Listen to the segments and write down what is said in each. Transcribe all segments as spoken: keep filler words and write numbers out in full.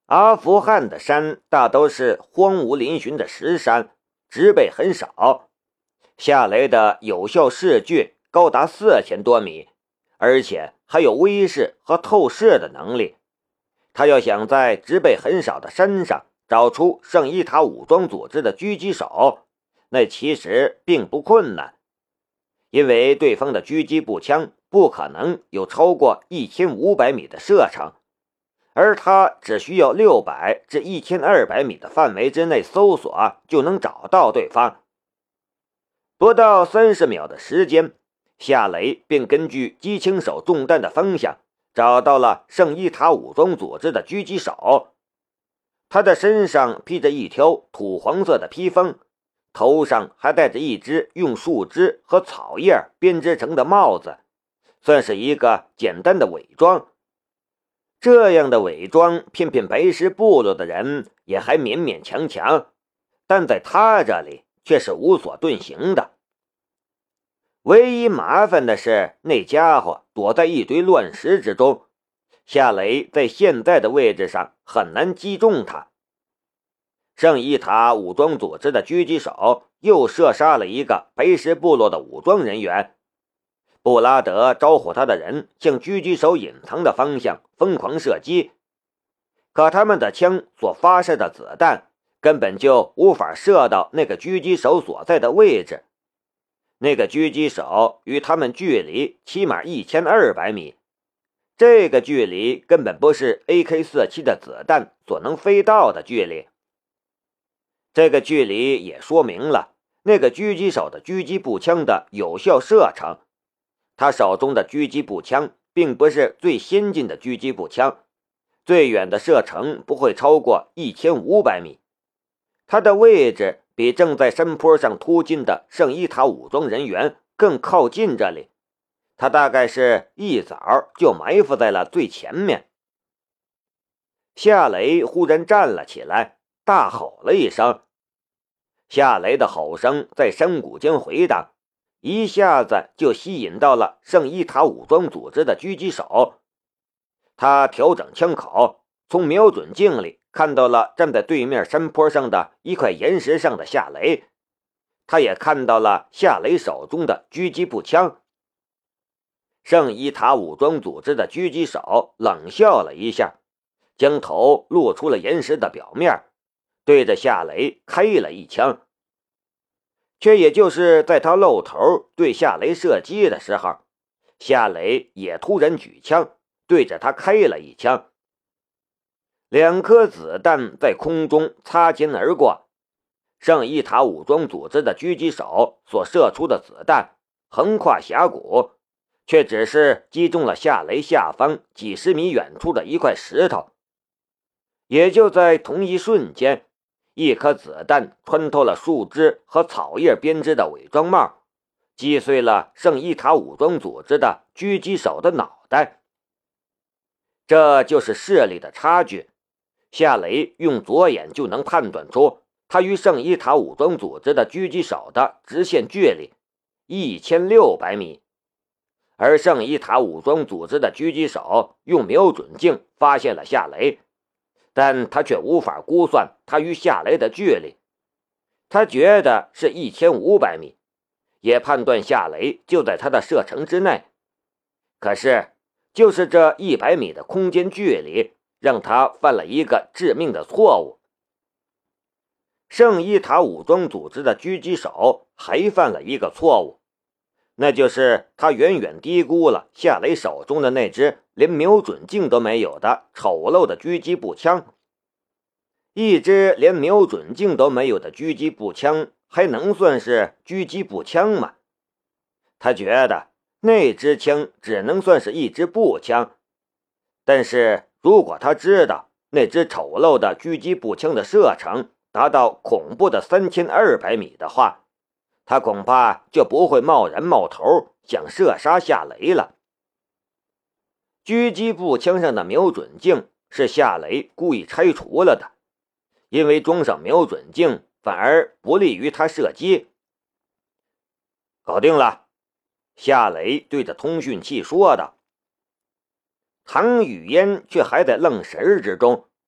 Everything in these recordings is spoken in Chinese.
阿富汗的山大都是荒芜嶙峋的石山，植被很少。夏雷的有效视距高达四千多米，而且还有微视和透视的能力。他要想在植被很少的山上找出圣伊塔武装组织的狙击手，那其实并不困难，因为对方的狙击步枪不可能有超过一千五百米的射程，而他只需要六百至一千二百米的范围之内搜索就能找到对方。不到三十秒的时间，夏雷便根据机枪手中弹的方向找到了圣伊塔武装组织的狙击手。他的身上披着一条土黄色的披风，头上还戴着一只用树枝和草叶编织成的帽子，算是一个简单的伪装。这样的伪装骗骗白石部落的人也还勉勉强强，但在他这里却是无所遁形的。唯一麻烦的是，那家伙躲在一堆乱石之中，夏雷在现在的位置上很难击中他。圣伊塔武装组织的狙击手又射杀了一个白石部落的武装人员。布拉德招呼他的人向狙击手隐藏的方向疯狂射击，可他们的枪所发射的子弹根本就无法射到那个狙击手所在的位置。那个狙击手与他们距离起码一千二百米，这个距离根本不是 A K 四十七 的子弹所能飞到的距离。这个距离也说明了那个狙击手的狙击步枪的有效射程。他手中的狙击步枪并不是最先进的狙击步枪，最远的射程不会超过一千五百米。他的位置比正在山坡上突进的圣伊塔武装人员更靠近这里，他大概是一早就埋伏在了最前面。夏雷忽然站了起来，大吼了一声。夏雷的吼声在山谷间回荡，一下子就吸引到了圣伊塔武装组织的狙击手。他调整枪口，从瞄准镜里看到了站在对面山坡上的一块岩石上的夏雷，他也看到了夏雷手中的狙击步枪。圣伊塔武装组织的狙击手冷笑了一下，将头露出了岩石的表面，对着夏雷开了一枪。却也就是在他露头对夏雷射击的时候，夏雷也突然举枪对着他开了一枪。两颗子弹在空中擦肩而过，圣伊塔武装组织的狙击手所射出的子弹横跨峡谷，却只是击中了夏雷下方几十米远处的一块石头。也就在同一瞬间，一颗子弹穿透了树枝和草叶编织的伪装帽，击碎了圣伊塔武装组织的狙击手的脑袋。这就是视力的差距，夏雷用左眼就能判断出他与圣伊塔武装组织的狙击手的直线距离一千六百米，而圣伊塔武装组织的狙击手用瞄准镜发现了夏雷，但他却无法估算他与夏雷的距离。他觉得是一千五百米，也判断夏雷就在他的射程之内。可是就是这一百米的空间距离，让他犯了一个致命的错误。圣伊塔武装组织的狙击手还犯了一个错误，那就是他远远低估了夏雷手中的那只连瞄准镜都没有的丑陋的狙击步枪。一支连瞄准镜都没有的狙击步枪还能算是狙击步枪吗？他觉得那支枪只能算是一支步枪，但是如果他知道那支丑陋的狙击步枪的射程达到恐怖的三千二百米的话，他恐怕就不会贸然冒头想射杀夏雷了。狙击步枪上的瞄准镜是夏雷故意拆除了的，因为装上瞄准镜反而不利于他射击。搞定了，夏雷对着通讯器说道。唐雨嫣却还在愣神之中，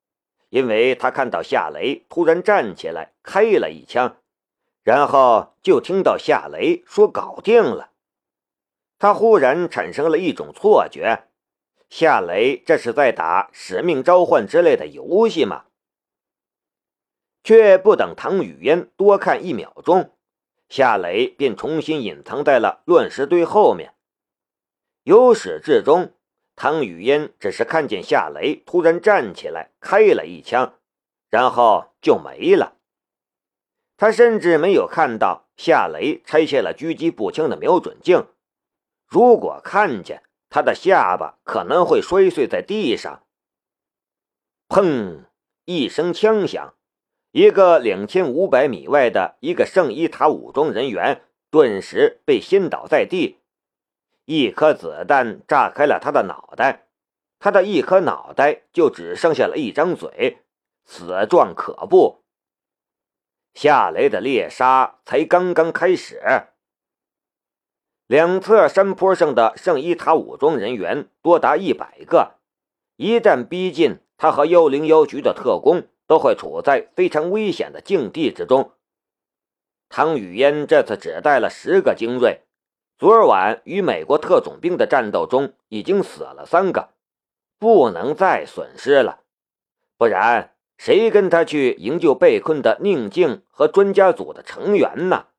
因为他看到夏雷突然站起来开了一枪，然后就听到夏雷说搞定了。他忽然产生了一种错觉，夏雷这是在打使命召唤之类的游戏吗？却不等唐雨嫣多看一秒钟，夏雷便重新隐藏在了乱石堆后面。由始至终，唐雨嫣只是看见夏雷突然站起来开了一枪，然后就没了。他甚至没有看到夏雷拆卸了狙击步枪的瞄准镜，如果看见，他的下巴可能会摔碎在地上。砰！一声枪响，一个两千五百米外的一个圣伊塔武装人员顿时被掀倒在地，一颗子弹炸开了他的脑袋，他的一颗脑袋就只剩下了一张嘴，死状可怖。夏雷的猎杀才刚刚开始。两侧山坡上的圣伊塔武装人员多达一百个，一旦逼近，他和一零一局的特工都会处在非常危险的境地之中。唐雨嫣这次只带了十个精锐，昨晚与美国特种兵的战斗中已经死了三个，不能再损失了，不然谁跟他去营救被困的宁静和专家组的成员呢？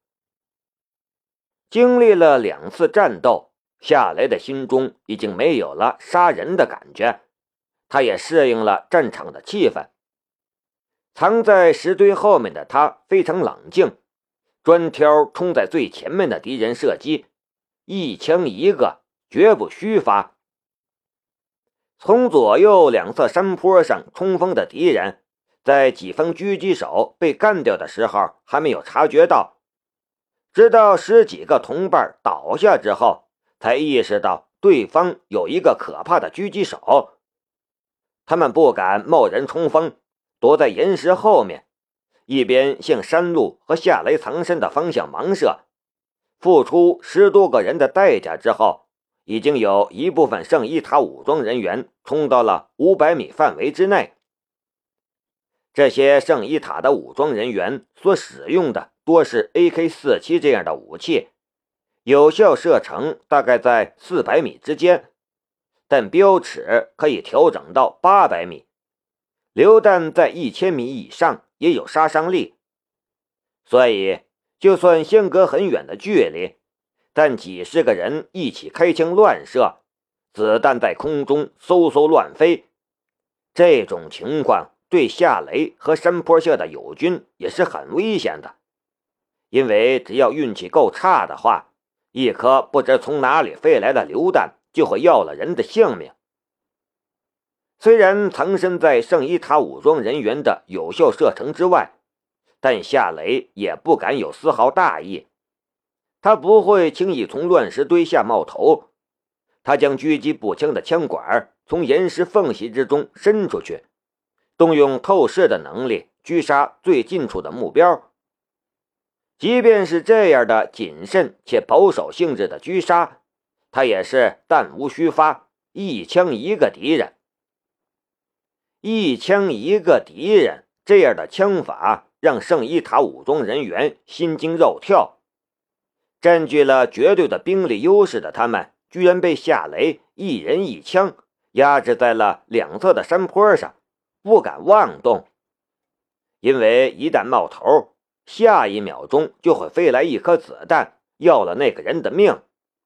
经历了两次战斗，夏雷的心中已经没有了杀人的感觉，他也适应了战场的气氛。藏在石堆后面的他非常冷静，专挑冲在最前面的敌人射击，一枪一个，绝不虚发。从左右两侧山坡上冲锋的敌人，在己方狙击手被干掉的时候还没有察觉到，直到十几个同伴倒下之后，才意识到对方有一个可怕的狙击手。他们不敢贸然冲锋，躲在岩石后面，一边向山路和夏雷藏身的方向盲射。付出十多个人的代价之后，已经有一部分圣伊塔武装人员冲到了五百米范围之内。这些圣伊塔的武装人员所使用的多是 A K 四十七 这样的武器，有效射程大概在四百米之间，但标尺可以调整到八百米，榴弹在一千米以上也有杀伤力。所以就算相隔很远的距离，但几十个人一起开枪乱射，子弹在空中嗖嗖乱飞，这种情况对夏雷和山坡下的友军也是很危险的。因为只要运气够差的话，一颗不知从哪里飞来的榴弹就会要了人的性命。虽然藏身在圣伊塔武装人员的有效射程之外，但夏雷也不敢有丝毫大意，他不会轻易从乱石堆下冒头。他将狙击步枪的枪管从岩石缝隙之中伸出去，动用透视的能力狙杀最近处的目标。即便是这样的谨慎且保守性质的狙杀，他也是弹无虚发，一枪一个敌人。一枪一个敌人，这样的枪法让圣伊塔武装人员心惊肉跳。占据了绝对的兵力优势的他们，居然被夏雷一人一枪压制在了两侧的山坡上，不敢妄动。因为一旦冒头，下一秒钟就会飞来一颗子弹，要了那个人的命。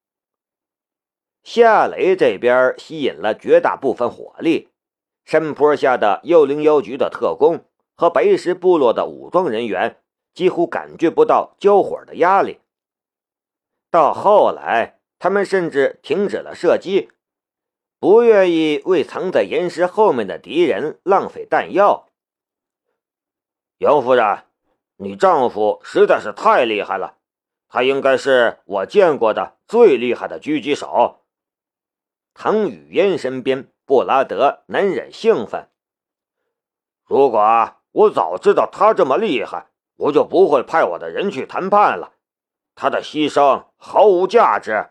夏雷这边吸引了绝大部分火力，山坡下的一零一局的特工和白石部落的武装人员几乎感觉不到交火的压力。到后来，他们甚至停止了射击，不愿意为藏在岩石后面的敌人浪费弹药。杨夫人，你丈夫实在是太厉害了，他应该是我见过的最厉害的狙击手。唐雨嫣身边，布拉德难忍兴奋。如果我早知道他这么厉害，我就不会派我的人去谈判了，他的牺牲毫无价值。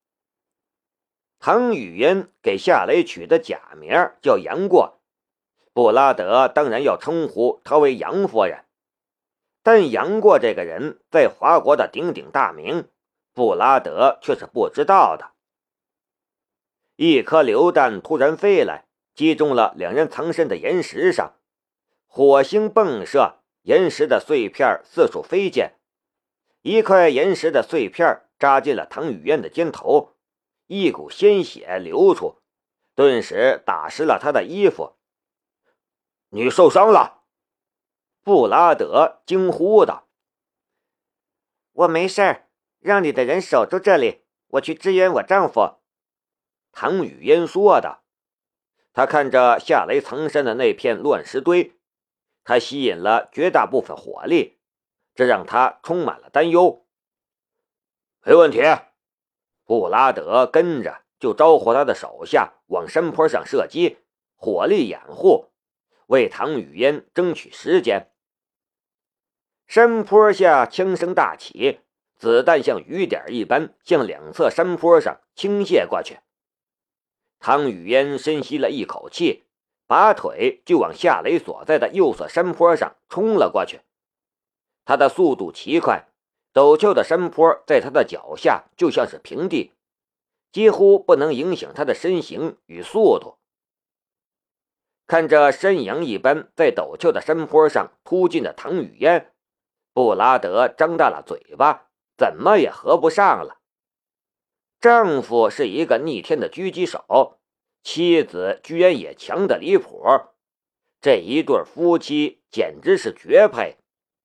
唐雨嫣给夏雷取的假名叫杨过， 布拉德当然要称呼她为杨夫人，但杨过这个人在华国的鼎鼎大名，布拉德却是不知道的。一颗榴弹突然飞来，击中了两人藏身的岩石上，火星迸射，岩石的碎片四处飞溅，一块岩石的碎片扎进了唐雨嫣的肩头，一股鲜血流出，顿时打湿了他的衣服。你受伤了！布拉德惊呼道。 我没事儿，让你的人守住这里，我去支援我丈夫。 唐雨嫣说的。他看着夏雷藏身的那片乱石堆，他吸引了绝大部分火力，这让他充满了担忧。没问题，布拉德跟着就招呼他的手下往山坡上射击，火力掩护，为唐雨嫣争取时间。山坡下枪声大起，子弹像雨点一般向两侧山坡上倾泻过去。唐雨嫣深吸了一口气，拔腿就往夏雷所在的右侧山坡上冲了过去。他的速度奇快，陡峭的山坡在他的脚下就像是平地，几乎不能影响他的身形与速度。看着山羊一般在陡峭的山坡上突进的唐雨嫣，布拉德张大了嘴巴，怎么也合不上了。丈夫是一个逆天的狙击手，妻子居然也强得离谱，这一对夫妻简直是绝配。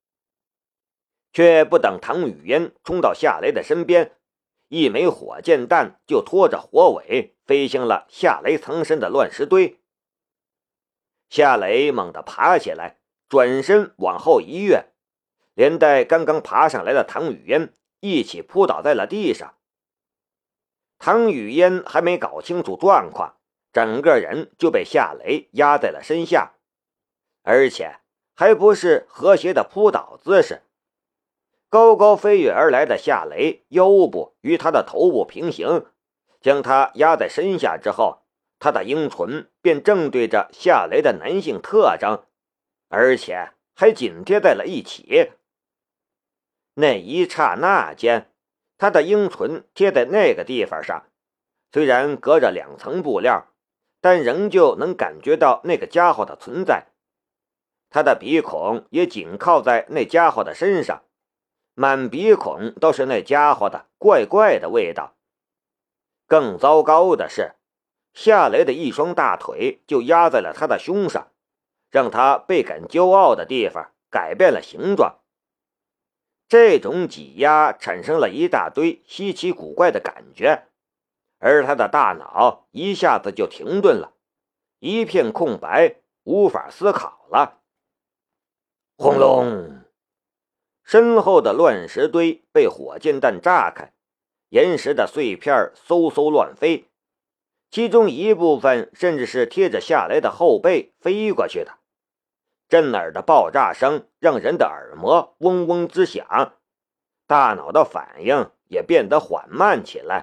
却不等唐雨嫣冲到夏雷的身边，一枚火箭弹就拖着火尾飞向了夏雷藏身的乱石堆。夏雷猛地爬起来，转身往后一跃，连带刚刚爬上来的唐雨嫣一起扑倒在了地上。唐雨嫣还没搞清楚状况，整个人就被夏雷压在了身下，而且还不是和谐的扑倒姿势。高高飞跃而来的夏雷腰部与他的头部平行，将他压在身下之后，他的樱唇便正对着夏雷的男性特征，而且还紧贴在了一起。那一刹那间，他的樱唇贴在那个地方上，虽然隔着两层布料，但仍旧能感觉到那个家伙的存在。他的鼻孔也紧靠在那家伙的身上，满鼻孔都是那家伙的怪怪的味道。更糟糕的是，夏雷的一双大腿就压在了他的胸上，让他倍感骄傲的地方改变了形状。这种挤压产生了一大堆稀奇古怪的感觉，而他的大脑一下子就停顿了，一片空白，无法思考了。轰隆！身后的乱石堆被火箭弹炸开，岩石的碎片嗖嗖乱飞，其中一部分甚至是贴着夏雷的后背飞过去的。震耳的爆炸声让人的耳膜嗡嗡直响，大脑的反应也变得缓慢起来。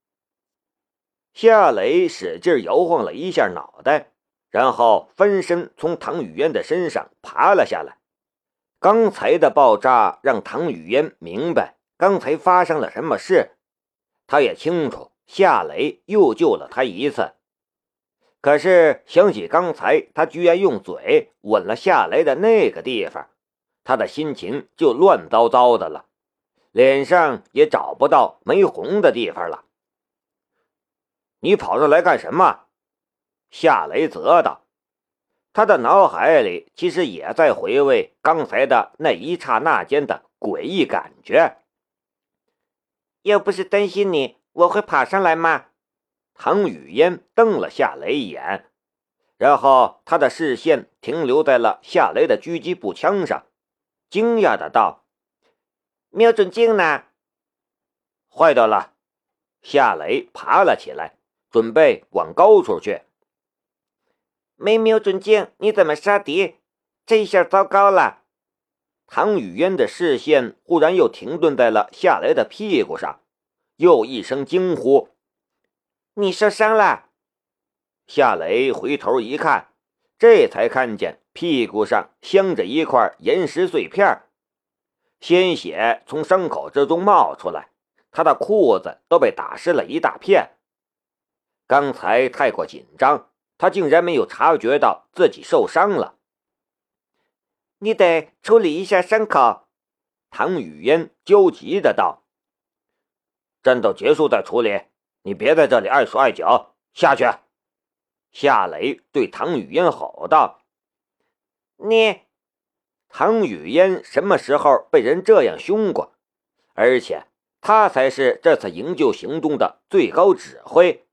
夏雷使劲摇晃了一下脑袋，然后翻身从唐雨嫣的身上爬了下来。刚才的爆炸让唐雨嫣明白刚才发生了什么事，他也清楚夏雷又救了他一次。可是想起刚才他居然用嘴吻了夏雷的那个地方，他的心情就乱糟糟的了，脸上也找不到没红的地方了。你跑这来干什么？夏雷责道。他的脑海里其实也在回味刚才的那一刹那间的诡异感觉。 要不是担心你，我会爬上来吗？ 唐雨嫣瞪了夏雷一眼，然后他的视线停留在了夏雷的狙击步枪上，惊讶的道： 瞄准镜呢？ 坏掉了。夏雷爬了起来，准备往高处去。 没瞄准镜，你怎么杀敌？这下糟糕了。 唐雨嫣的视线忽然又停顿在了夏雷的屁股上，又一声惊呼： 你受伤了！ 夏雷回头一看， 这才看见屁股上镶着一块岩石碎片，鲜血从伤口之中冒出来，他的裤子都被打湿了一大片。刚才太过紧张，他竟然没有察觉到自己受伤了。 你得处理一下伤口， 唐雨嫣焦急的道。战斗结束再处理，你别在这里碍手碍脚，下去！夏雷对唐雨嫣吼道。 你…… 唐雨嫣什么时候被人这样凶过？而且他才是这次营救行动的最高指挥。